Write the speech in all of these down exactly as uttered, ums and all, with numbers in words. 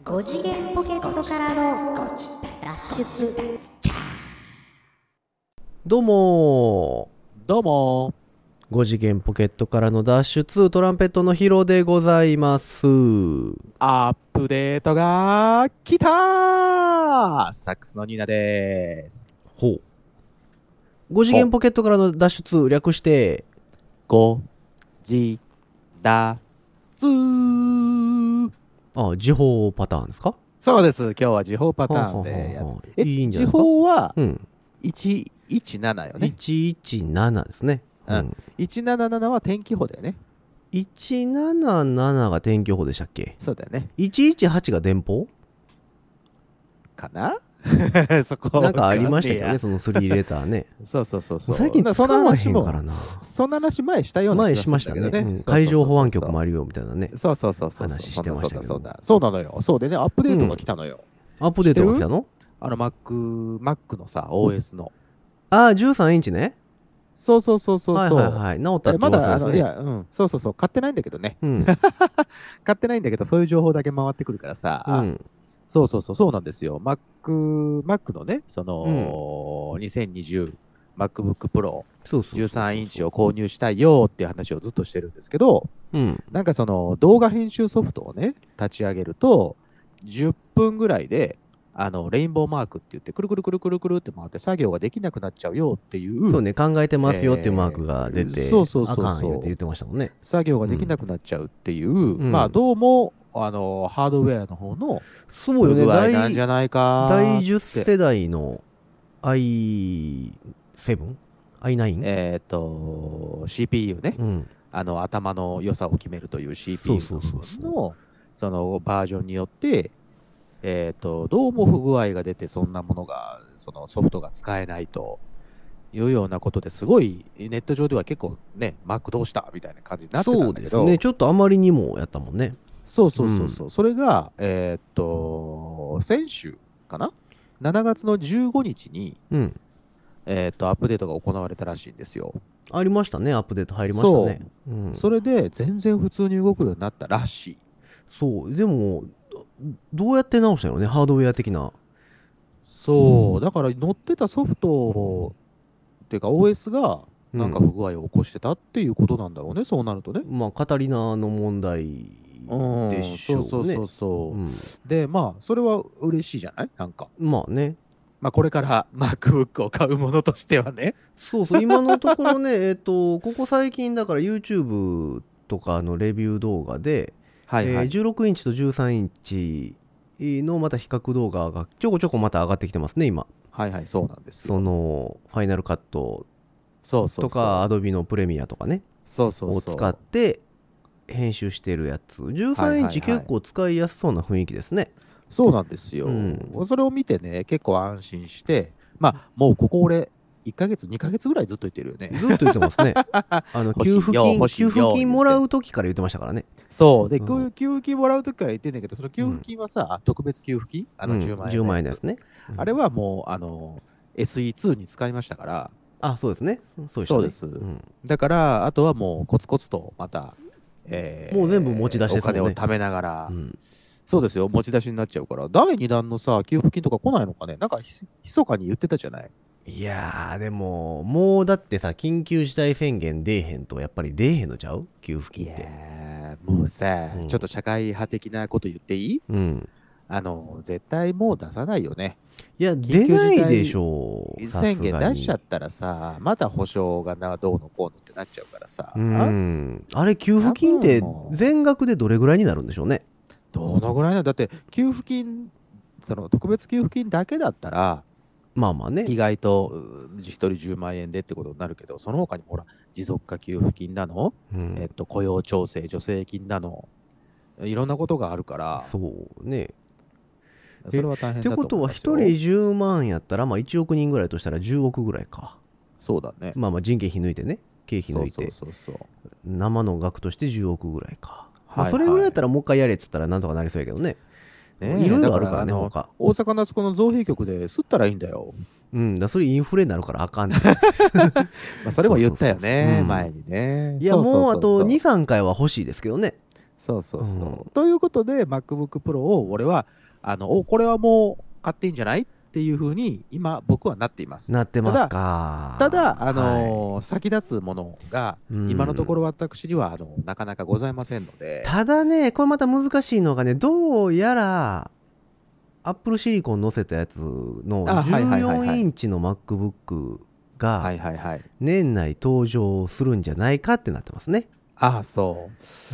ご次元ポケットからの脱出。 どうもどうもご次元ポケットからの脱出、トランペットのヒロでございます。 アップデートが来たー。サックスのニーナです。 ほう。ご次元ポケットからの脱出、略してごじだつー。 あ、時報パターンですか？ そうです。今日は時報パターンでやははははえいいんじゃないですか。 時報はうんいちいちななよね。 いちいちななですね。 うん、いちななななは天気予報だよね。 いちななななが天気予報でしたっけ？ そうだよね。 いちいちはちが電報かなそこなんかありましたけどね、そのスリーレターね。 そうそうそうそう。 最近使わへんからな。 そんな話前したような前気しましたね。 がするんだけどね、 うん海上保安局もあるよみたいなね。 そうそうそうそう。 話してましたけど。 そうだそうだそうだ。そうなのよ。そうでね、アップデートが来たのよ。 うん、アップデートが来たの？ あの Mac、Mac のさ、オーエス の。 ああ、じゅうさんインチね。 そうそうそうそう。 はいはいはい。直ったってまだ、あの、 噂ですね。 いや、うん。そうそうそう。買ってないんだけどね。 うん、 買ってないんだけど、そういう情報だけ回ってくるからさ。 うん、 そうそうそう、そうなんですよ。Mac、Mac のね、その、うん、にせんにじゅう MacBook Pro じゅうさんインチを購入したいよっていう話をずっとしてるんですけど、 うん、 なんかその動画編集ソフトをね、立ち上げると、じゅっぷんぐらいで、あのレインボーマークって言って、くるくるくるくるくるって回って作業ができなくなっちゃうよっていう。 そうね、考えてますよっていうマークが出て、えー、そうそうそうそう、あかんよって言ってましたもんね。 作業ができなくなっちゃうっていう、うん、まあどうも、あのハードウェアの方の不具合なんじゃないか。 だいじゅっ世代の アイセブン？アイナイン？ えっと シーピーユー ね、うん、あの頭の良さを決めるという シーピーユー のそのバージョンによって、えっとどうも不具合が出て、そんなものがそのソフトが使えないというようなことですごいネット上では結構ね、Mac どうしたみたいな感じになってたんだけど。そうですね、 ちょっとあまりにもやったもんね。 そうそうそうそう、うん、それがえー、っと先週かな、しちがつのじゅうごにちに、うん、えー、っとアップデートが行われたらしいんですよ。 ありましたね、アップデート入りましたね。 そう、うん、それで全然普通に動くようになったらしい。 そうでもどうやって直したのね、ハードウェア的な。 そう、うん、だから乗ってたソフトっていうか オーエス がなんか不具合を起こしてたっていうことなんだろうね、うん、そうなるとね。 まあカタリナの問題でしょうね。 そうそうそうそう、うん、でまあそれは嬉しいじゃない、なんかまあね、 まあこれから MacBook を買うものとしてはね。 そうそう、今のところねえっとここ最近だから YouTube とかのレビュー動画ではいはい、えー、じゅうろくインチとじゅうさんインチのまた比較動画がちょこちょこまた上がってきてますね今。 はいはい、そうなんですよ。 そのファイナルカットとかアドビのプレミアとかね、そうそうそうを使って編集してるやつ。じゅうさんインチ結構使いやすそうな雰囲気ですね。 そうなんですよ、うん、それを見てね結構安心して、まあもうここ俺いっかげつにかげつぐらいずっと言ってるよね。 ずっと言ってますね。あの給付金給付金もらう時から言ってましたからね。 そうで、うん、給付金もらう時から言ってんだけど、その給付金はさ、うん、特別給付金あのじゅうまんえんのやつ、うん、じゅうまんえんですね、うん、あれはもうあの エスイーツー に使いましたから。 あ、そうですね、 そうでしたね。そうです、うん、だからあとはもうコツコツとまた、えー、 もう全部持ち出しですもんね。 お金を貯めながら、うん、そうですよ、持ち出しになっちゃうから。だいにだんのさ給付金とか来ないのかね。なんかひそかに言ってたじゃない。 いやーでももうだってさ、緊急事態宣言出えへんとやっぱり出えへんのちゃう、給付金って。いやもうさ、うん、ちょっと社会派的なこと言っていい？うん、あの絶対もう出さないよね。 いや出ないでしょう。 宣言出しちゃったらさ、また保証がなどうのこうのってなっちゃうからさ。 うん、あれ給付金って全額でどれぐらいになるんでしょうね。 どのぐらいなのだって、給付金その特別給付金だけだったらまあまあね、 意外とひとりじゅうまんえんでってことになるけど、その他にもほら持続化給付金なの、うん、えっと、雇用調整助成金なの、いろんなことがあるから。 そうね、 それは大変だと思いますよ。 ってことはひとりじゅうまんやったらまあいちおくにんぐらいとしたらじゅうおくぐらいか。 そうだね。 まあまあ人件費抜いてね、経費抜いて、そうそうそうそう、生の額としてじゅうおくぐらいか、はいはい、まあ、それぐらいやったらもう一回やれっつったらなんとかなりそうやけどね。いろいろあるからね、他。 大阪夏子の造幣局で吸ったらいいんだよ。 うん、だそれインフレになるからあかんってまあそれも言ったよね、前にね。 いや、もうあとに、さんかいは欲しいですけどね。 そうそうそう、うん、ということで MacBook Pro を俺はあのおこれはもう買っていいんじゃないっていうふうに今僕はなっています。 なってますか。 ただ、ただあのーはい、先立つものが今のところ私にはあのなかなかございませんので。 ただね、これまた難しいのがね、どうやらアップルシリコン載せたやつのじゅうよんインチの MacBook が年内登場するんじゃないかってなってますね。 ああそう、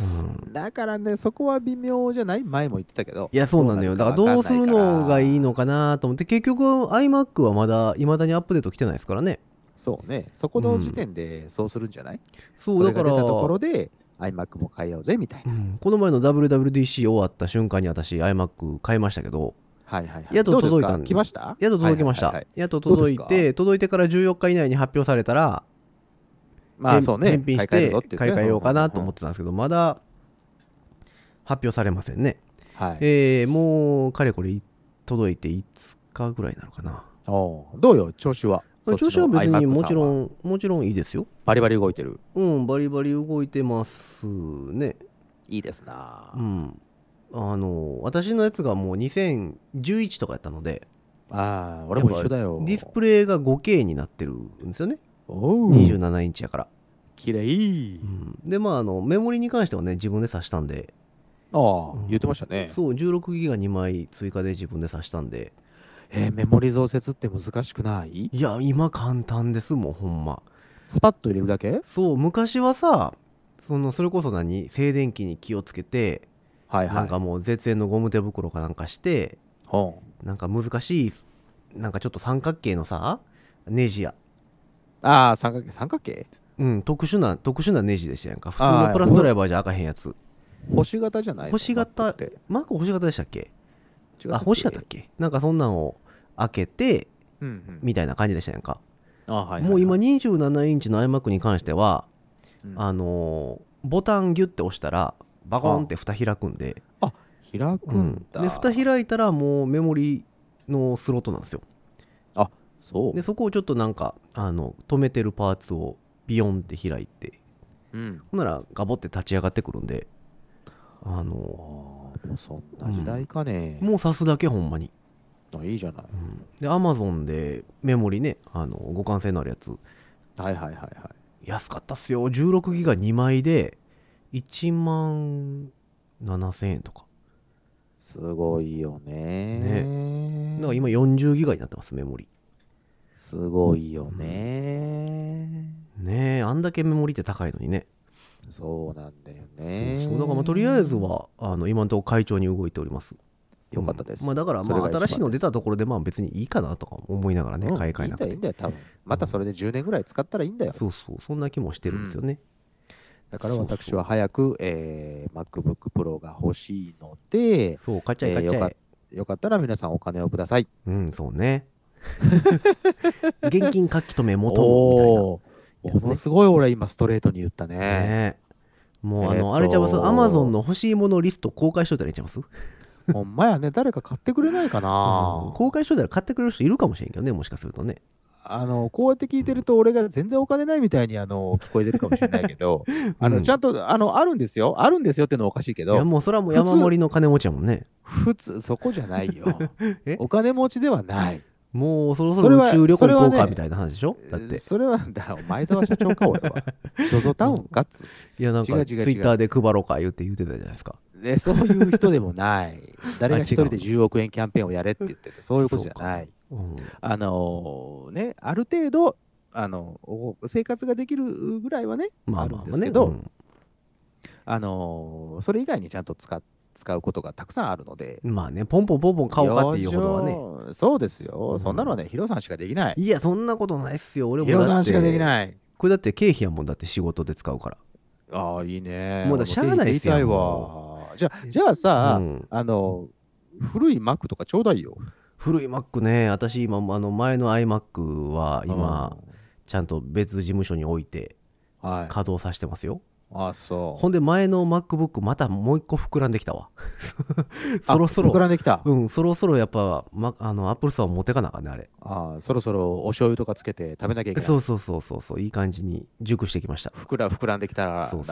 うん、だからねそこは微妙じゃない？前も言ってたけど。 いやそうなのよ。だからどうするのがいいのかなと思って、結局 iMac はまだいまだにアップデート来てないですからね。 そうね、そこの時点でそうするんじゃない、うん、 そうだからそれが出たところで iMac も買いようぜみたいな、うん、 この前の ダブリューダブリューディーシー 終わった瞬間に私 iMac 買いましたけど、 はいはいはい、 やっと届いたんで来ました？ やっと届きました、はいはいはいはい、やっと届いて届いてからじゅうよっか以内に発表されたらまあそうね、 返品して買い替えようかなと思ってたんですけど、まだ発表されませんね、はい、えー、もうかれこれ届いていつかぐらいなのかな。 おどうよ調子は？ 調子は別にもちろんもちろんいいですよ。 バリバリ動いてる？ うんバリバリ動いてますね。 いいですな。 うんあの私のやつがもうにせんじゅういちとかやったので、 ああ俺も一緒だよ。 ディスプレイが フォーケー になってるんですよね。にじゅうななインチやからきれい、 うん、でまああのメモリに関してはね自分で挿したんで、 ああ、うん、言ってましたね。 そう じゅうろくギガにまい追加で自分で挿したんで。 えー、メモリ増設って難しくない？ いや今簡単ですもんほんま。 スパッと入れるだけ？ そう昔はさそのそれこそ何静電気に気をつけて、はいはい、なんかもう絶縁のゴム手袋かなんかして、はあ、なんか難しいなんかちょっと三角形のさネジやああ三角形三角形うん特殊な特殊なネジでしたやんか。普通のプラスドライバーじゃ開かへんやつ。 星型じゃないの？ 星型ってマーク星型でしたっけ？違うあ星型っけ？なんかそんなんを開けて、うんうん、みたいな感じでしたやんか。あ、はいはいはい、もう今にじゅうななインチの iMac に関しては、うん、あのー、ボタンギュッて押したらバコンって蓋開くんで。 あ、あ開くんだ、 うん、で蓋開いたらもうメモリのスロットなんですよ。 あ、そうでそこをちょっとなんかあの止めてるパーツをビヨンって開いて、うん、ほんならガボって立ち上がってくるんで、あのー、あもうそんな時代かね、 うん、もう挿すだけほんまに。 あいいじゃない、 うん、で Amazon でメモリねあの互換性のあるやつ、 はいはいはいはい安かったっすよ。じゅうろくギガにまいでいちまんななせんえんとか。 すごいよね。 ねだから今よんじゅうギガになってますメモリ。 すごいよね、 うん、ねえあんだけメモリって高いのにね。 そうなんだよね。 そうそうだからまあとりあえずはあの今のところ快調に動いております。 よかったです、 うんまあ、だからまあ新しいの出たところでまあ別にいいかなとか思いながらね、うん、買い替えなくていいんだよいいんだよ多分またそれでじゅうねんぐらい使ったらいいんだよ、 うん、そうそうそんな気もしてるんですよね、 うん、だから私は早く、えー、MacBook Pro が欲しいのでそう買っちゃい買っちゃい、えー、よ, かよかったら皆さんお金をください。 うんそうね現金書き留め求むみたいな、ね、 ものすごい俺今ストレートに言ったね。 ねもうあの、えー、あれちゃいます Amazon の欲しいものリスト公開しといたらいいんちゃいますほんまやね、誰か買ってくれないかな、 うん、公開しといたら買ってくれる人いるかもしれんけどね、もしかするとね。 あのこうやって聞いてると俺が全然お金ないみたいにあの聞こえてるかもしれないけど、うん、あのちゃんとあのあるんですよあるんですよってのはおかしいけど、 いやもうそれはもう山盛りの金持ちやもんね。 普通そこじゃないよお金持ちではない。 もうそろそろ宇宙旅行行こうかみたいな話でしょ。だってそれはだ前澤社長か俺はゾゾタウンガッツいやなんかツイッターで配ろうか言って言ってたじゃないですか。 でそういう人でもない誰が一人でじゅうおくえんキャンペーンをやれって言っててそういうことじゃない、うん、あのー、ねある程度あの生活ができるぐらいはね、まあ、あるんですけど、まあまあねうん、あのー、それ以外にちゃんと使って使うことがたくさんあるので、 まあねポンポンポンポン買おうかっていうほどはね。 そうですよ、うん、そんなのはねヒロさんしかできない。 いやそんなことないっすよ。俺もヒロさんしかできない。 これだって経費やもん。だって仕事で使うから。 ああいいね。 もうだしゃあないっすよ。じゃあじゃあさ、うん、あの古い Mac とかちょうだいよ。 古い Mac ね。私今あの前の iMac は今、うん、ちゃんと別事務所に置いて稼働させてますよ。 ああそう。 ほんで前の MacBook またもう一個膨らんできたわそろそろ膨らんできた。 うんそろそろやっぱ、ま、あの Apple ストア持ってかなあかんねあれ。 ああそろそろお醤油とかつけて食べなきゃいけない。 そうそうそうそうそういい感じに熟してきました。 膨ら膨らんできたらそうそう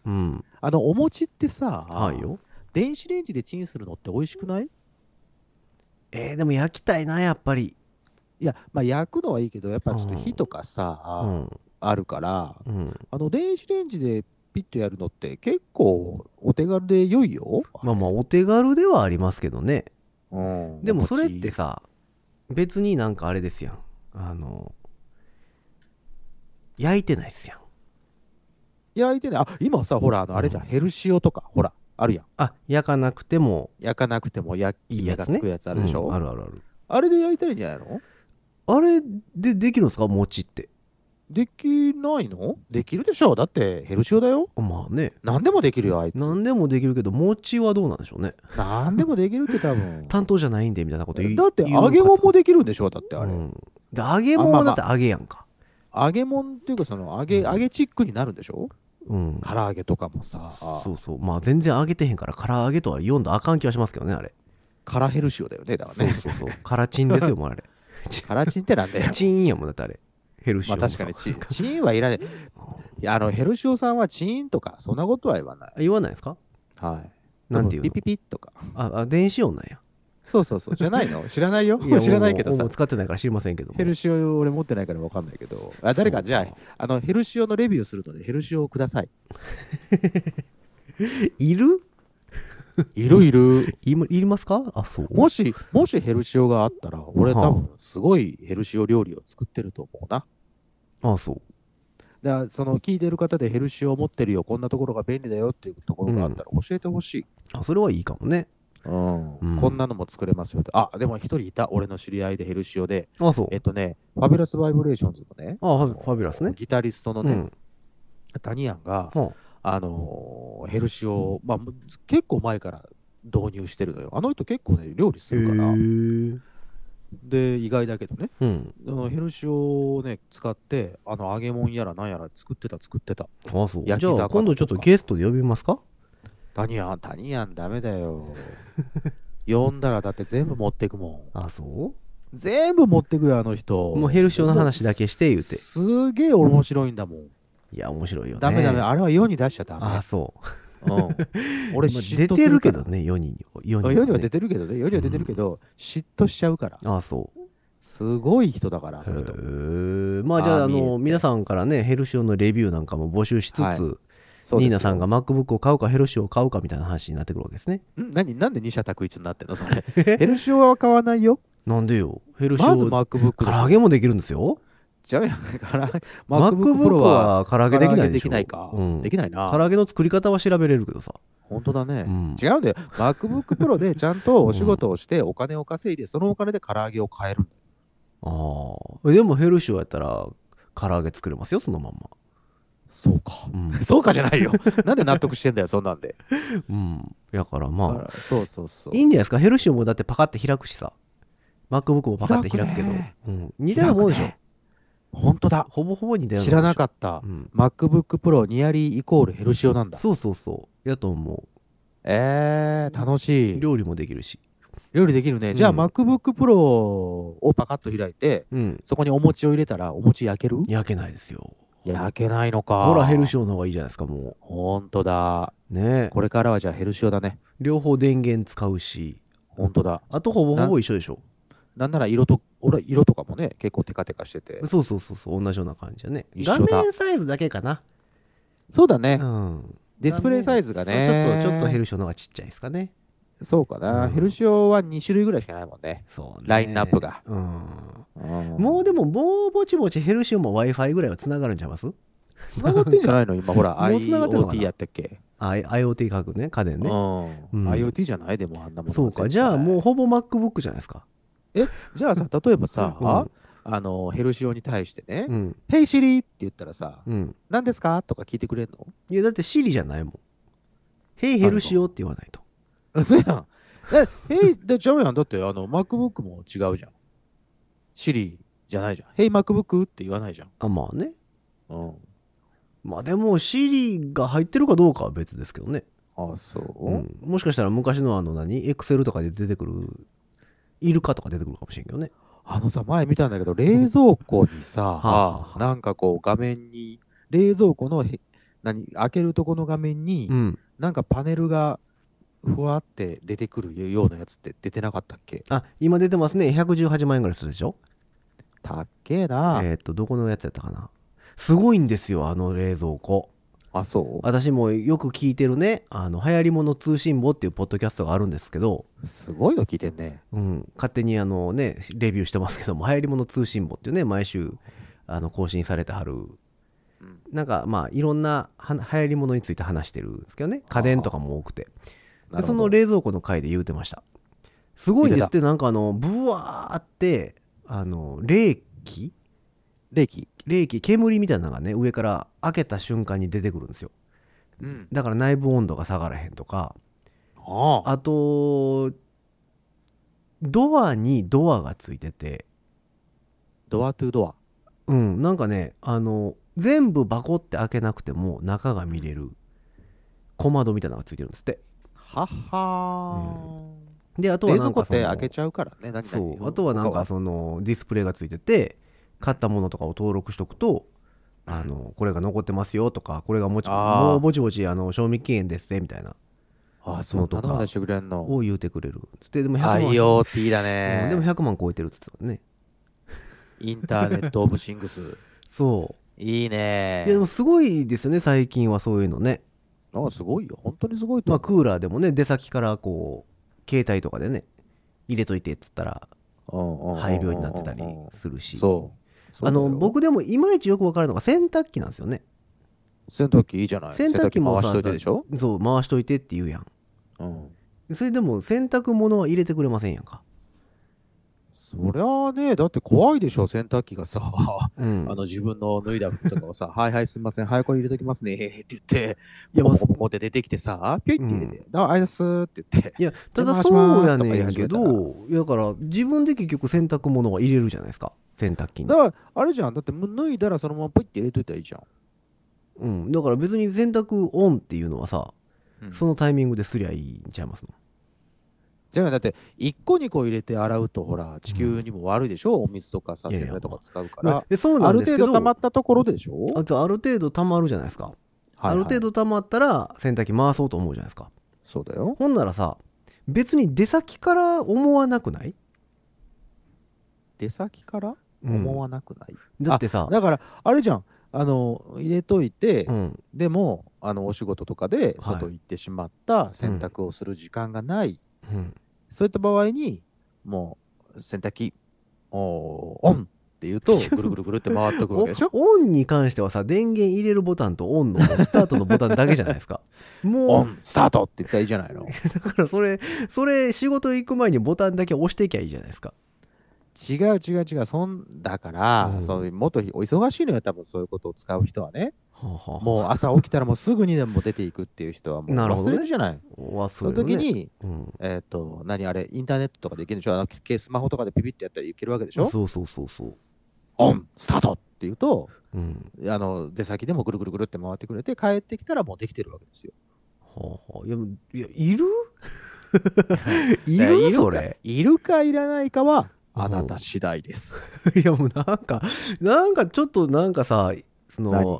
うん、 あのお餅ってさ、 はいよ、 電子レンジでチンするのって美味しくない？ えー、でも焼きたいなやっぱり。 いや、まあ焼くのはいいけど、やっぱちょっと火とかさ、うん、あるから、うん、あの電子レンジでピッとやるのって結構お手軽で良いよ。 まあまあお手軽ではありますけどね。うん、でもそれってさ、別になんかあれですやん。あの、焼いてないっすやん。 焼いてない。あ、今さ、ほら、あの、あれじゃん、うん、ヘルシオとか、ほら、あるやん。 あ、焼かなくても。 焼かなくても焼き目がつくやつあるでしょ、 うん、あるあるある。 あれで焼いたらいいんじゃないの？ あれでできるんですか、餅って。 できないの？できるでしょ。だってヘルシオだよ。 まあね。 何でもできるよ、あいつ。 何でもできるけど、餅はどうなんでしょうね。 何でもできるって多分。 担当じゃないんでみたいなこと言う。 だって揚げ物もできるんでしょ、だってあれ。うん、 で揚げ物だって揚げやんか。 まあまあ、揚げ物っていうか、その揚げ、揚げチックになるんでしょ。うん。唐揚げとかもさ。 そうそう。まあ全然揚げてへんから、唐揚げとは読んだらあかん気はしますけどね、あれ。 カラヘルシオだよね、だからね。 そうそうそう。カラチンですよ、もうあれ。 カラチンってなんだよ。 チンやもんだってあれ。ヘルシオ。 まあ確かにチン、チンはいらない。いや、あの、ヘルシオさんはチンとか、そんなことは言わない。 言わないですか？ はい。 なんていうの？ ピピピッとか。 あ、あ、電子音なんや。 そうそうそう。じゃないの？知らないよ。いや知らないけどさ。 もう使ってないから知りませんけども。 ヘルシオ俺持ってないから分かんないけど。あ、誰かじゃあ、あの、ヘルシオのレビューするので、ヘルシオをください。 いる？ いるいる。 い、いりますか？あ、そう。 もし、もしヘルシオがあったら、俺多分すごいヘルシオ料理を作ってると思うな。 あ、そう。 だからその聞いてる方でヘルシオを持ってるよ、こんなところが便利だよっていうところがあったら教えてほしい。 うん、あ、それはいいかもね。 うんうん、こんなのも作れますよって。あ、でも一人いた、俺の知り合いでヘルシオで。 あ、そう。 えっとね、ファビュラスバイブレーションズのね、 あ、ファビュラスね。 ギタリストのね、うん、タニアンが、うん、あのー、ヘルシオ、まあ、結構前から導入してるのよ。あの人結構ね、料理するから。で、意外だけどね、うん、あのヘルシオをね、使って、あの揚げ物やらなんやら作ってた、作ってた。 あ、そう。焼き魚。じゃあ、今度ちょっとゲストで呼びますか？ タニアン、タニアンダメだよ。呼んだらだって全部持ってくもん。あ、そう？ 全部持ってくよ、あの人。 もうヘルシオの話だけして言うて。 すげえ面白いんだもん。 いや、面白いよね。 ダメダメ、あれは世に出しちゃダメ。 あ、そう。 うん、俺、 出てるけどね、世に。 世には出てるけどね、世には出てるけど、嫉妬しちゃうから。 あ、そう。 すごい人だから。へえ。まあじゃあ、あの、皆さんからね、ヘルシオのレビューなんかも募集しつつ、ニーナさんが MacBook を買うかヘルシオを買うかみたいな話になってくるわけですね。 ん何なんで二者択一になってんのそれ。ヘルシオは買わないよ。 なんでよ。ヘルシオ。 まず MacBook。 唐揚げもできるんですよ。 じゃあやん。 MacBook は唐揚げできないでしょ。 できないか。うん、できないな。 唐揚げの作り方は調べれるけどさ。 本当だね。うん、違うんだよ。MacBook Pro でちゃんとお仕事をしてお金を稼いで、そのお金で唐揚げを買える。 ああ。でもヘルシオやったら唐揚げ作れますよ、そのまんま。 そうか、うん、そうかじゃないよ。なんで納得してんだよ、そんなんで。 うん。やからまあ、 そうそうそう。 いいんじゃないですか。ヘルシオもだってパカって開くしさ。MacBook もパカって開くけど。うん、似たようなもんでしょ。 本当だ。 ほぼほぼ似たような。 知らなかった。うん、MacBook Pro ニアリーイコールヘルシオなんだ。 そうそうそう。やと思う。 えー、楽しい。 料理もできるし。 料理できるね。うん、じゃあ MacBook Pro をパカッと開いて、うん、そこにお餅を入れたらお餅焼ける？ 焼けないですよ。 焼けないのか。 ほらヘルシオの方がいいじゃないですか、もう。 ほんとだ。 ねえ。 これからはじゃあヘルシオだね。 両方電源使うし。 ほんとだ。 あとほぼほぼ一緒でしょ。 な, なんなら色と、色とかもね、結構テカテカしてて。 そうそうそうそう、同じような感じだね。画面サイズだけかな。 そうだね。うん。ディスプレイサイズがね。 ちょっと、ちょっとヘルシオの方がちっちゃいですかね。 そうかな、うん、ヘルシオはに種類ぐらいしかないもんね。そうね。ラインナップが。うん。 うん、もうでも、もうぼちぼちヘルシオも Wi-Fi ぐらいはつながるんちゃいます？ つながってんじゃないの今、ほら、IoT やったっけ？ あ、IoT 家具ね、家電ね。 うん。IoT じゃないでもあんなもの。 そうか、じゃあもうほぼ MacBook じゃないですか。 え、じゃあさ、例えばさ、うん、あの、ヘルシオに対してね、うん、Hey Siri って言ったらさ、うん、何ですかとか聞いてくれんの？ いや、だって Siri じゃないもん。Hey ヘルシオって言わないと。 あ、そうやん。え、Hey、でちゃうやん。だって、あの、MacBook も違うじゃん。Siri じゃないじゃん。Hey MacBook って言わないじゃん。 あ、まあね。うん。まあでも Siri が入ってるかどうかは別ですけどね。 ああ、そう、 うん、もしかしたら昔のあの何 Excel とかで出てくるイルカとか出てくるかもしれんけどね。 あのさ、前見たんだけど、冷蔵庫にさ、はあ、なんかこう画面に冷蔵庫の何開けるとこの画面に、うん、なんかパネルがふわって出てくるようなやつって出てなかったっけ？ あ、今出てますね。ひゃくじゅうはちまんえんぐらいするでしょ。 たっけえな。 えっとどこのやつやったかな。すごいんですよ、あの冷蔵庫。 あ、そう。 私もよく聞いてるね、あの流行りもの通信簿っていうポッドキャストがあるんですけど、 すごいの聞いてんね。 うん、勝手にあのねレビューしてますけども、流行りもの通信簿っていうね、毎週あの更新されてはる、うん、なんかまあいろんなは流行りものについて話してるんですけどね、家電とかも多くて、でその冷蔵庫の回で言うてました。すごいんですって。なんかあのブワーってあの冷気冷気冷気煙みたいなのがね、上から開けた瞬間に出てくるんですよ、うん、だから内部温度が下がらへんとか、ああ、あとドアにドアがついてて、 ドアトゥドア、 うん、なんかね、あの全部バコって開けなくても中が見れる小窓みたいなのがついてるんですって。 はっはー、 うん、であとはなんかその冷蔵庫って開けちゃうからね。何々、 そう、あとはなんかそのディスプレイがついてて、買ったものとかを登録しとくと、あのこれが残ってますよとか、これがもちもうぼちぼちあの賞味期限ですねみたいなのとかを言うてくれるつって。でもひゃくまん IoT だね、 うん、でもひゃくまん超えてるっつってたね。 インターネットオブシングスそういいね。 いやでもすごいですよね、最近はそういうのね。 ああ、すごいよ、本当にすごいと思う。まあクーラーでもね、出先からこう携帯とかでね入れといてっつったら入るようになってたりするし、そうあの僕でもいまいちよく分かるのが洗濯機なんですよね。 洗濯機いいじゃない。 洗濯機も回しといてでしょ。 そう回しといてって言うやん、うん、それでも洗濯物は入れてくれませんやんか。 そりゃあね、だって怖いでしょ、洗濯機がさ、うん、あの自分の脱いだ服とかをさ、はいはいすみません、はいこれ入れときますねって言って、ポコポコポコって出てきてさ、ピュイって入れて、うん、あ、あいだすって言って。 いや、ただそうやねんけど、だから自分で結局洗濯物は入れるじゃないですか、洗濯機に。 だからあれじゃん、だって脱いだらそのままポイって入れといたらいいじゃん。 うん、だから別に洗濯オンっていうのはさ、うん、そのタイミングですりゃいいんちゃいますの。 じゃあだっていっこにこ入れて洗うとほら地球にも悪いでしょ、うん、お水とかさ洗剤とか使うから、まあ、 そうなんですけど、 ある程度溜まったところでしょ。 あとある程度溜まるじゃないですか、はいはい、ある程度溜まったら洗濯機回そうと思うじゃないですか。 そうだよ。 ほんならさ、別に出先から思わなくない？ 出先から思わなくない、 うん、だってさ、 だからあれじゃん、あの入れといて、うん、でもあのお仕事とかで外行ってしまった洗濯をする時間がない、うんうん、そういった場合にもう洗濯機オンって言うとぐるぐるぐるって回ってくるわけでしょ。 オンに関してはさ、電源入れるボタンとオンのスタートのボタンだけじゃないですか。 もうオンスタートって言ったらいいじゃないの。 だからそれそれ仕事行く前にボタンだけ押していきゃいいじゃないですか。 違う違う違う、そんだから、うん、そのもっとお忙しいのよ、多分そういうことを使う人はね。はあはあ、もう朝起きたらもうすぐにでも出ていくっていう人はもう忘れるじゃない。なるほどね、忘れるね。その時に、うん、えっ、ー、と何あれインターネットとかでいけるでしょ。あのスマホとかでピピってやったらいけるわけでしょ。 そうそうそうそう。 オンスタートって言うと、うん、あの出先でもぐるぐるぐるって回ってくれて帰ってきたらもうできてるわけですよ。 はあはあ、いやいやいるいるそれいるかいらないかはあなた次第です。 いやもうなんかなんかちょっとなんかさ、その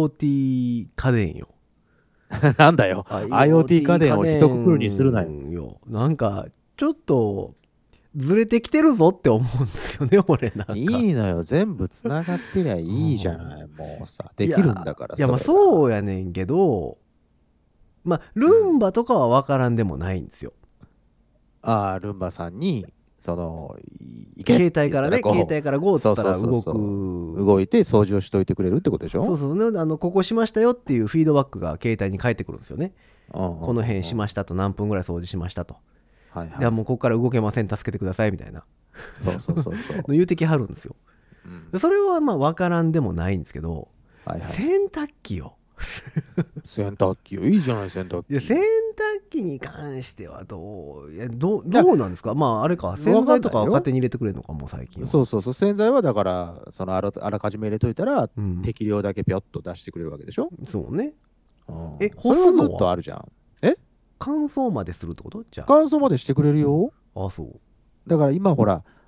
IoT 家電よ。 なんだよ IoT 家電を一括りにするなよ。 なんかちょっとずれてきてるぞって思うんですよね、俺なんか。 いいのよ、全部つながってりゃいいじゃない、もうさ、できるんだから。 いや、いやまあそうやねんけど、まあルンバとかは分からんでもないんですよ。 ああ、ルンバさんにその携帯からね、携帯から ゴー っつったら動く、 動いて掃除をしといてくれるってことでしょ。 そうそうね、あのここしましたよっていうフィードバックが携帯に返ってくるんですよね。この辺しましたと、何分ぐらい掃除しましたと、はいはい、でもうここから動けません、助けてくださいみたいな、 そうそうそうそう言うてきはるんですよ、うん、それはまあ分からんでもないんですけど、はいはい、洗濯機よ洗濯機よ、いいじゃない洗濯機。 いや洗濯機に関してはどういや ど, どうなんですか。まああれか、洗剤とかは勝手に入れてくれるのかもう最近は。 そうそうそう、洗剤はだからそのあ ら, あらかじめ入れといたら、うん、適量だけピョッと出してくれるわけでしょ。 そうね、 うん、え干すのはずっとあるじゃん。え乾燥までするってこと？じゃあ乾燥までしてくれるよ、 うん、あそうだから今ほら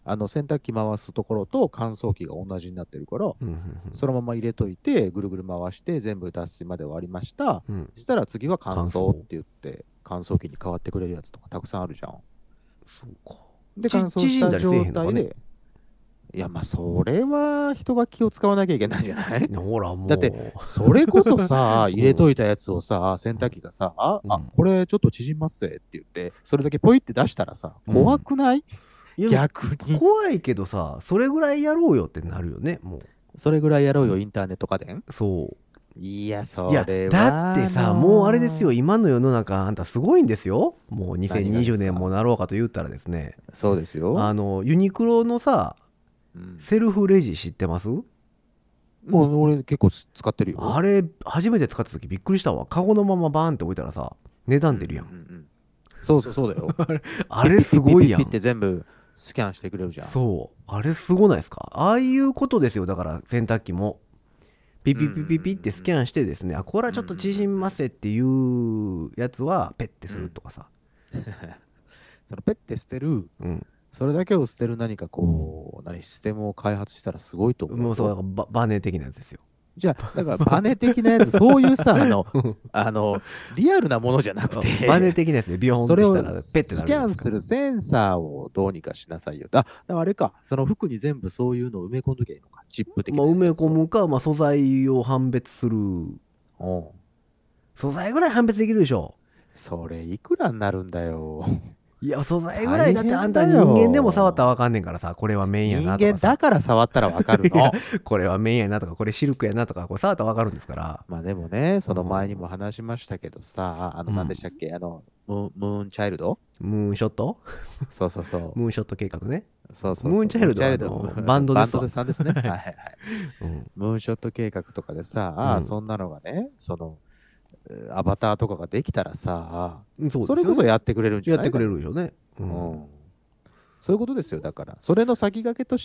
あの洗濯機回すところと乾燥機が同じになってるから、 うんうんうん、 そのまま入れといてぐるぐる回して全部脱水まで終わりました、うん、そしたら次は乾燥って言って乾燥機に変わってくれるやつとかたくさんあるじゃん。 そうか。 で乾燥した状態で、いやまあそれは人が気を使わなきゃいけないんじゃない？ ほらもうだってそれこそさ入れといたやつをさ洗濯機がさ、うん、あ, あこれちょっと縮みますぜって言ってそれだけポイって出したらさ怖くない？うん逆に怖いけどさそれぐらいやろうよってなるよね。もうそれぐらいやろうよインターネット家電。 そういやそれはいやだってさもうあれですよ今の世の中あんたすごいんですよ。もうにせんにじゅうねんもなろうかと言ったらですね。 そうですよ。 あのユニクロのさ、うん、セルフレジ知ってます？ もう俺結構使ってるよ。 あれ初めて使った時びっくりしたわ。カゴのままバーンって置いたらさ値段出るやん、うんうんうん、 そうそうそうだよあれすごいやん。 ピッピッピッって全部スキャンしてくれるじゃん。 そうあれすごないですか？ああいうことですよ。だから洗濯機もピピピピピってスキャンしてですね、あこれはちょっと縮みますっていうやつはペッてするとかさ、 うん、そのペッて捨てる、うん、それだけを捨てる何かこう何システムを開発したらすごいと思う。 もうそうだからババネ的なやつですよ。 じゃあだからバネ的なやつそういうさあのあのリアルなものじゃなくてバネ的なやつでビヨーンってしたらペッてなるんですか。 スキャンするセンサーをどうにかしなさいよ。ああれかその服に全部そういうのを埋め込んどきゃいいのかチップ的なやつ。 まあ、埋め込むか、まあ、素材を判別する。お素材ぐらい判別できるでしょ。 それいくらになるんだよ。 いや素材ぐらいだってあんた人間でも触ったら分かんねんからさこれは綿やなとかさ。 人間だから触ったら分かるのこれは綿やなとかこれシルクやなとかこれ触ったら分かるんですから。 まあでもねその前にも話しましたけどさ、うん、あの何でしたっけ、うん、あのムーンチャイルドムーンショットそうそうそうムーンショット計画ね。 そうそうそうムーンチャイルドはあのバンドですわ。 バンドさんですねはいはい、はいうん、ムーンショット計画とかでさ、うん、そんなのがねそのアバターとかができたらさ そ,、ね、それこそやってくれるんじゃない？ やってくれるでしょうね、うんうん、そういうことですよ。だからそれの先駆けとして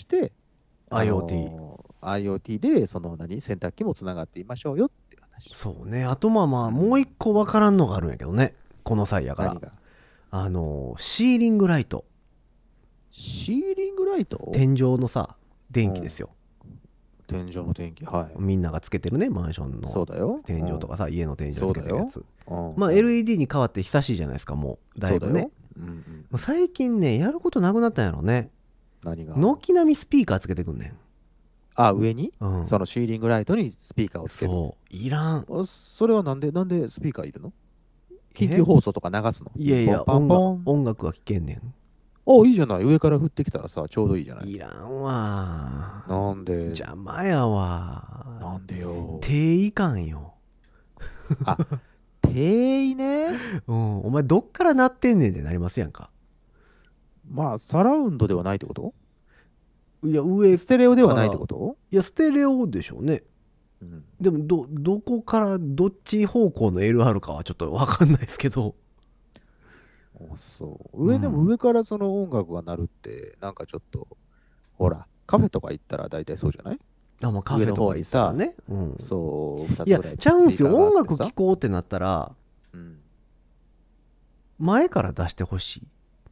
IoT IoT でその何洗濯機もつながっていましょうよっていう話。 そうね。あとまあまあもう一個分からんのがあるんやけどねこの際やから。何が？あのシーリングライト。 シーリングライト？ 天井のさ電気ですよ、 うん、天井の電気、はい、 みんながつけてるねマンションのそうだよ天井とかさ、うん、家の天井つけてるやつ、 うん、 まあ エルイーディー に変わって久しいじゃないですかもうだいぶね。うんうん、最近ねやることなくなったんやろね。 何が？ 軒並みスピーカーつけてくんねん。 あ上に、 うん、 そのシーリングライトにスピーカーをつける。 そういらん。 それはなんでなんでスピーカーいるの？緊急放送とか流すの？ いやいや音楽、音楽は聴けんねん。 あいいじゃない。上から降ってきたらさちょうどいいじゃない。 いらんわ。 なんで？ 邪魔やわ。 なんでよ。 定位感よ。 あ定位ね。 うんお前どっから鳴ってんねんってなりますやんか。 まあサラウンドではないってこと？ いや上ステレオではないってこと？ いやステレオでしょうね、うん、でも ど, どこからどっち方向の エルアール かはちょっと分かんないですけど。 そう上でも上からその音楽が鳴るってなんかちょっとほらカフェとか行ったら大体そうじゃない？ あまあカフェとか行ったらね、 うん、そうふたつぐらい。いやちゃうんすよ。音楽聴こうってなったら、うん、前から出してほしい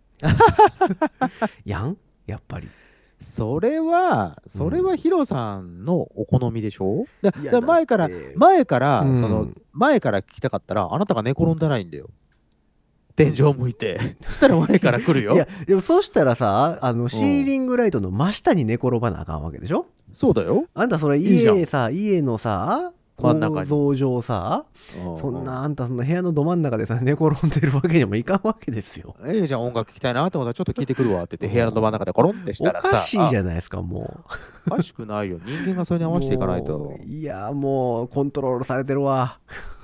やんやっぱり。 それはそれはヒロさんのお好みでしょ、うん、だだ前から前から、うん、その前から聞きたかったらあなたが寝転んだらいいんだよ。天井向いてそしたら前から来るよ。 いやでもそしたらさあのシーリングライトの真下に寝転ばなあかんわけでしょ。 そうだよ。 あんたそれ家さ家のさ構造上さそんなあんたそんな部屋のど真ん中でさ寝転んでるわけにもいかんわけですよ。 ええじゃあ音楽聴きたいなと思ったらちょっと聞いてくるわって言って部屋のど真ん中でコロンってしたらさおかしいじゃないですかもう。おかしくないよ。人間がそれに合わせていかないと。 いやもうコントロールされてるわ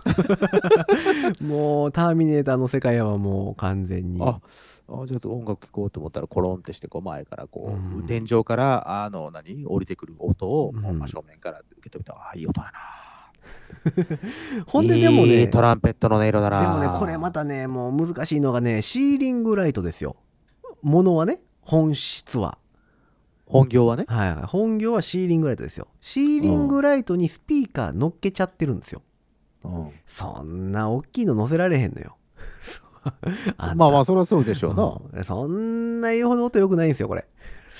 もうターミネーターの世界はもう完全に。 ああじゃあ音楽聴こうと思ったらコロンってしてこう前からこう、うん、天井からあの何降りてくる音を、うんまあ、正面から受け止めたらああいい音だなほんででもねいいトランペットの音色だな。 でもねこれまたねもう難しいのがねシーリングライトですよ。ものはね本質は本業はね、 はい、本業はシーリングライトですよ。シーリングライトにスピーカー乗っけちゃってるんですよ、うん、そんな大きいの乗せられへんのよまあまあそりゃそうでしょうな、 うん、そんな言うほど音良くないんですよこれ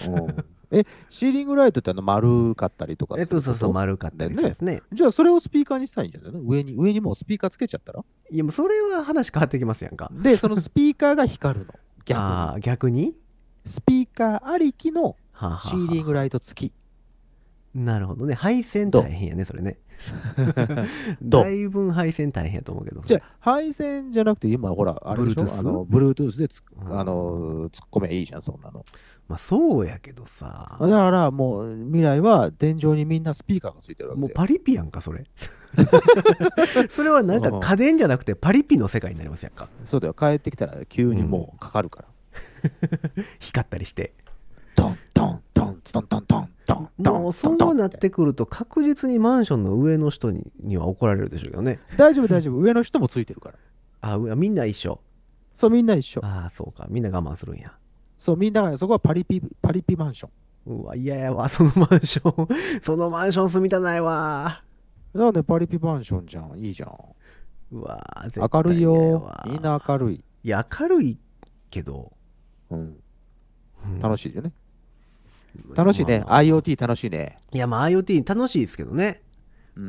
え、シーリングライトってあの丸かったりとかえそうそうそう、丸かったりですね。 じゃあそれをスピーカーにしたらいいんじゃないの？上に、上にもうスピーカーつけちゃったら？ いや、もうそれは話変わってきますやんか。 で、そのスピーカーが光るの。逆に。 ああ、逆にスピーカーありきのシーリングライト付き。 なるほどね。配線大変やね、それね。だいぶ配線大変やと思うけど。 じゃあ、配線じゃなくて、今、ほら、あれでしょ、あの、Bluetooth でつ、あの、突っ込めばいいじゃん、そんなの。 まあ、そうやけどさ。 だから、もう、未来は天井にみんなスピーカーがついてるわけで。 もうパリピやんか、それ。それはなんか家電じゃなくてパリピの世界になりますやんか。 そうだよ。帰ってきたら急にもうかかるから。 光ったりして。 トントントントントントントントン。 もうそうなってくると確実にマンションの上の人にには怒られるでしょうけどね。 大丈夫大丈夫。上の人もついてるから。 あ、みんな一緒。 そう、みんな一緒。 ああ、そうか。みんな我慢するんや。 そう、みんなが、そこはパリピ、パリピマンション。うわ、嫌やわ、そのマンション。そのマンション住みたないわ。 なんでパリピマンションじゃん。いいじゃん。 うわ、 絶対明るいよ。みんな明るい。 いや、明るいけど。 うん。楽しいよね。楽しいね。IoT 楽しいね。 いや、まあ IoT 楽しいですけどね。うん。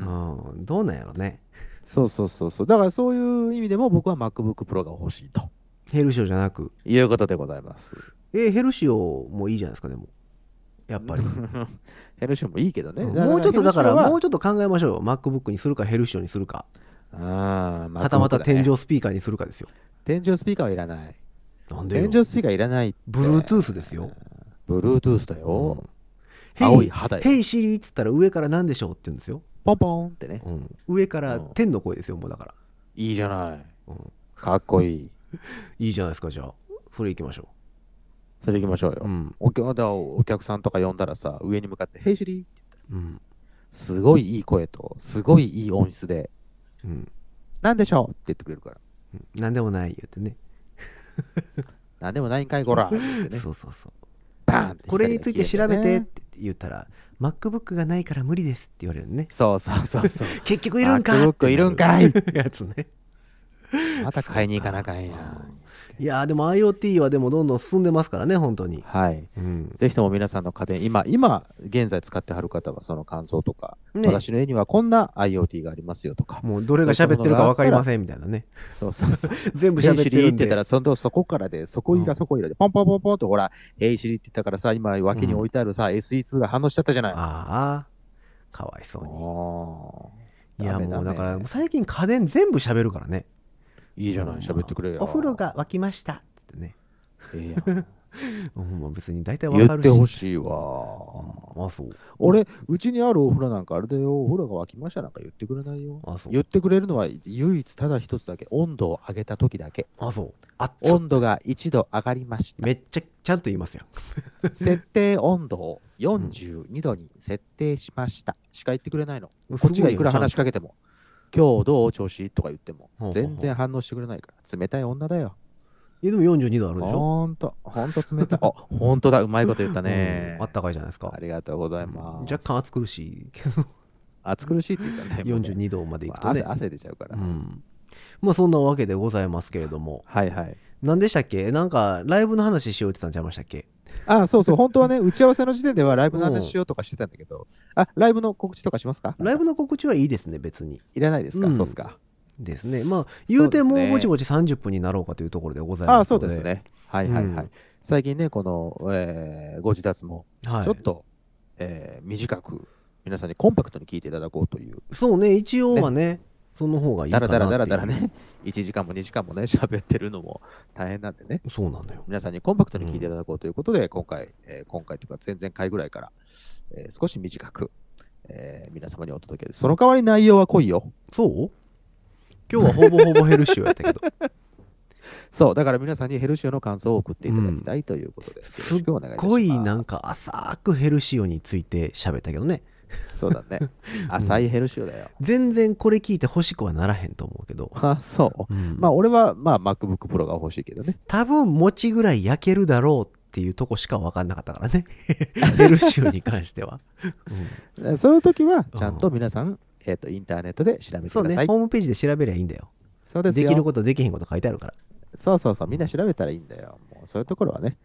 どうなんやろね。 そうそうそうそう。だからそういう意味でも僕は MacBook Pro が欲しいと。 ヘルシオじゃなく。 いうことでございます。 えー、ヘルシオもいいじゃないですか、でも。やっぱり。 ヘルシオもいいけどね。 もうちょっとだから、もうちょっと考えましょうよ。MacBook にするかヘルシオにするか。 ああ、 はたまた天井スピーカーにするかですよ。 天井スピーカーはいらない。 なんでよ。 天井スピーカーいらないって。 Bluetooth ですよ。 Bluetooth だよ。 青い肌よ。ヘイシリーって言ったら上から何でしょうって言うんですよ。 ポンポンってね。 上から天の声ですよ、もうだから。 いいじゃない。かっこいい。 いいじゃないですか、じゃあ。それ行きましょう。それ行きましょうよ。うん、お, お客さんとか呼んだらさ、上に向かって、ヘイシリーって言ったら、うん、すごいいい声と、すごいいい音質で、うん、なんでしょうって言ってくれるから。 うん、なんでもない言ってね。 なんでもないんかい、こらって言ってね。 そうそうそう。バーンって、これについて調べてって言ったら、MacBook がないから無理ですって言われるね。 そうそうそうそう。 結局いるんか MacBook いるんかいやつね。 また買いに行かなあかんや。 いやーでも IoT はでもどんどん進んでますからね、本当に。 はい。うん、ぜひとも皆さんの家電、今、今、現在使ってはる方はその感想とか、ね、私の家にはこんな IoT がありますよとか。 もうどれが喋ってるか分かりませんみたいなね。 そうそうそう。 全部喋ってるんで。 ヘイシリって言ったら、そのそこからで、そこいらそこいらで、ポンポンポンポンと、ほら、ヘイシリって言ったからさ、今、脇に置いてあるさ、うん、エスイーツー が反応しちゃったじゃない。 ああ、かわいそうに。いや、もうだから、最近家電全部喋るからね。 いいじゃない、喋ってくれよ。 お風呂が沸きましたってね。 ええやん。 もう別に大体わかるし。 言ってほしいわ。 あ、そう。 俺、うちにあるお風呂なんかあれだよ、お風呂が沸きましたなんか言ってくれないよ。あ、そう。言ってくれるのは唯一ただ一つだけ、温度を上げた時だけ。 あ、そう。 あ、温度がいちど上がりました。 めっちゃちゃんと言いますよ。 設定温度をよんじゅうにどに設定しました。しか言ってくれないの。こっちがいくら話しかけても。今日どう調子とか言っても全然反応してくれないから冷たい女だよ。 いやでもよんじゅうにどあるでしょ。 ほんとほんと冷たい。あ、ほんとだ、うまいこと言ったね、 うん、あったかいじゃないですか。 ありがとうございます。 若干暑苦しいけど暑苦しいって言ったね。 よんじゅうにどまでいくとね、 まあ、汗, 汗出ちゃうから、うん、 まあそんなわけでございますけれども、 はいはい。 何でしたっけ、なんかライブの話しようって言ったんちゃいましたっけ。 ああ、そうそう、本当はね、打ち合わせの時点ではライブの話しようとかしてたんだけど、あ、ライブの告知とかしますか。 ライブの告知はいいですね、別に。 いらないですか、うん、そうっすか。 ですね。まあ、言うてもうぼちぼちさんじゅっぷんになろうかというところでございますので。 ああ、そうですね。はいはいはい。うん、最近ね、この、えー、ご自立も、ちょっと、はい、えー、短く、皆さんにコンパクトに聞いていただこうという。 そうね、一応はね、ねその方がいいかなっていう。 だらだらだらだらね、いちじかんもにじかんもね、喋ってるのも大変なんでね。 そうなんだよ。 皆さんにコンパクトに聞いていただこうということで、うん、今回、えー、今回というか前々回ぐらいから、えー、少し短く、えー、皆様にお届けです。その代わり内容は濃いよ。 そう今日はほぼほぼヘルシオやったけど。 そう、だから皆さんにヘルシオの感想を送っていただきたいということで、うん、 すっごいなんか浅くヘルシオについて喋ったけどね。 そうだね。浅いヘルシオだよ、 うん。全然これ聞いて欲しくはならへんと思うけど。 あ、そう。うん、まあ俺はまあ MacBook Pro が欲しいけどね。 多分餅ぐらい焼けるだろうっていうとこしか分かんなかったからね。ヘルシオに関しては。 うん、そういう時はちゃんと皆さん、えーと、インターネットで調べてください。 そうね、ホームページで調べりゃいいんだよ。 そうですよ。 できることできへんこと書いてあるから。 そうそうそう、みんな調べたらいいんだよ。もうそういうところはね、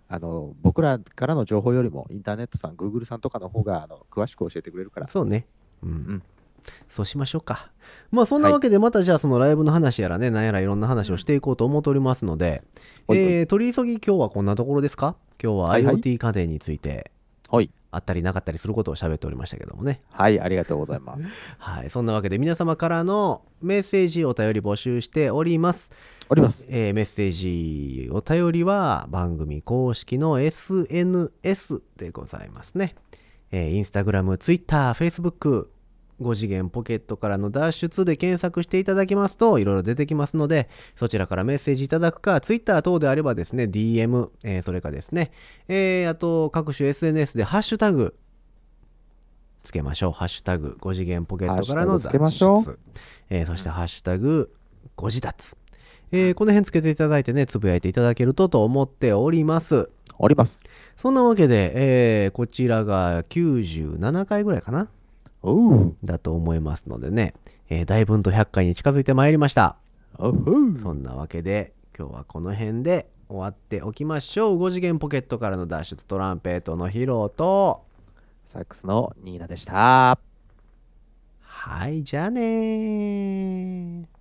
あの僕らからの情報よりもインターネットさん、グーグルさんとかの方があの詳しく教えてくれるから。 そうね。うん。うん、そうしましょうか。まあそんなわけでまたじゃあそのライブの話やらね、なんやらいろんな話をしていこうと思っておりますので、うん、えー、取り急ぎ今日はこんなところですか？今日は IoT 家電について、はい、あったりなかったりすることを喋っておりましたけどもね。 はい、ありがとうございます。 はい、そんなわけで皆様からのメッセージお便り募集しております。 おります。 えー、メッセージお便りは番組公式の エスエヌエス でございますね。えー、インスタグラム、ツイッター、フェイスブック、ご次元ポケットからの脱出で検索していただきますといろいろ出てきますので、そちらからメッセージいただくか、ツイッター等であればですね ディーエム、えー、それかですね、えー、あと各種 エスエヌエス でハッシュタグつけましょう。ハッシュタグご次元ポケットからの脱出、えー、そしてハッシュタグご自立、えー、この辺つけていただいてね、つぶやいていただけるとと思っております。 おります。 そんなわけで、えー、こちらがきゅうじゅうななかいぐらいかなだと思いますのでね、えー、だいぶんとひゃっかいに近づいてまいりました。そんなわけで今日はこの辺で終わっておきましょう。ご次元ポケットからの脱出、トランペットのヒロとサックスのニーナでした。 はい、じゃあねー。